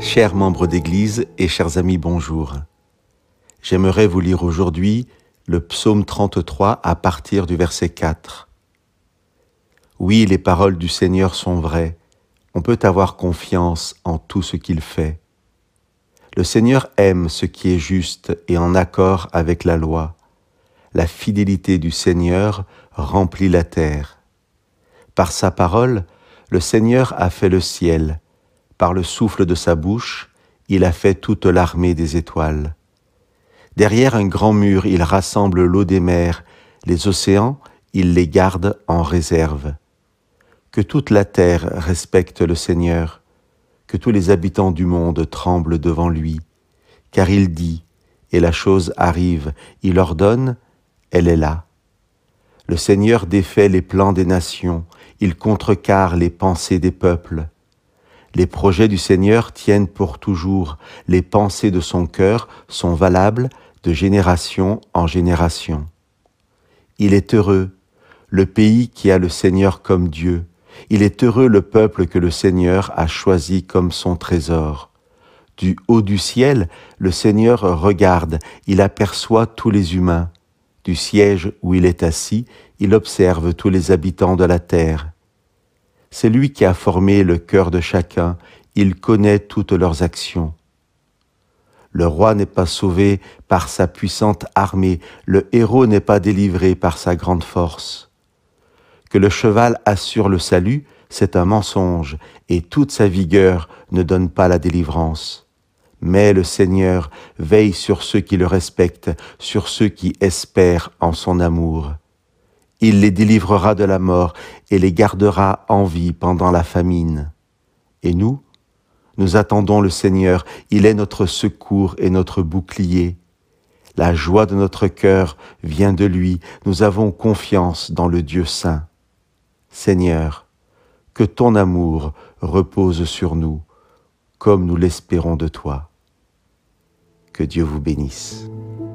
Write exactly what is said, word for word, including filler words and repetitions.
Chers membres d'Église et chers amis, bonjour. J'aimerais vous lire aujourd'hui le psaume trente-trois à partir du verset quatre. Oui, les paroles du Seigneur sont vraies. On peut avoir confiance en tout ce qu'il fait. Le Seigneur aime ce qui est juste et en accord avec la loi. La fidélité du Seigneur remplit la terre. Par sa parole, le Seigneur a fait le ciel. Par le souffle de sa bouche, il a fait toute l'armée des étoiles. Derrière un grand mur, il rassemble l'eau des mers. Les océans, il les garde en réserve. Que toute la terre respecte le Seigneur, que tous les habitants du monde tremblent devant lui. Car il dit, et la chose arrive, il ordonne, elle est là. Le Seigneur défait les plans des nations, il contrecarre les pensées des peuples. Les projets du Seigneur tiennent pour toujours, les pensées de son cœur sont valables de génération en génération. Il est heureux, le pays qui a le Seigneur comme Dieu. Il est heureux le peuple que le Seigneur a choisi comme son trésor. Du haut du ciel, le Seigneur regarde, il aperçoit tous les humains. Du siège où il est assis, il observe tous les habitants de la terre. C'est lui qui a formé le cœur de chacun, il connaît toutes leurs actions. Le roi n'est pas sauvé par sa puissante armée, le héros n'est pas délivré par sa grande force. Que le cheval assure le salut, c'est un mensonge, et toute sa vigueur ne donne pas la délivrance. Mais le Seigneur veille sur ceux qui le respectent, sur ceux qui espèrent en son amour. Il les délivrera de la mort et les gardera en vie pendant la famine. Et nous, nous attendons le Seigneur, il est notre secours et notre bouclier. La joie de notre cœur vient de lui, nous avons confiance dans le Dieu saint. Seigneur, que ton amour repose sur nous, comme nous l'espérons de toi. Que Dieu vous bénisse.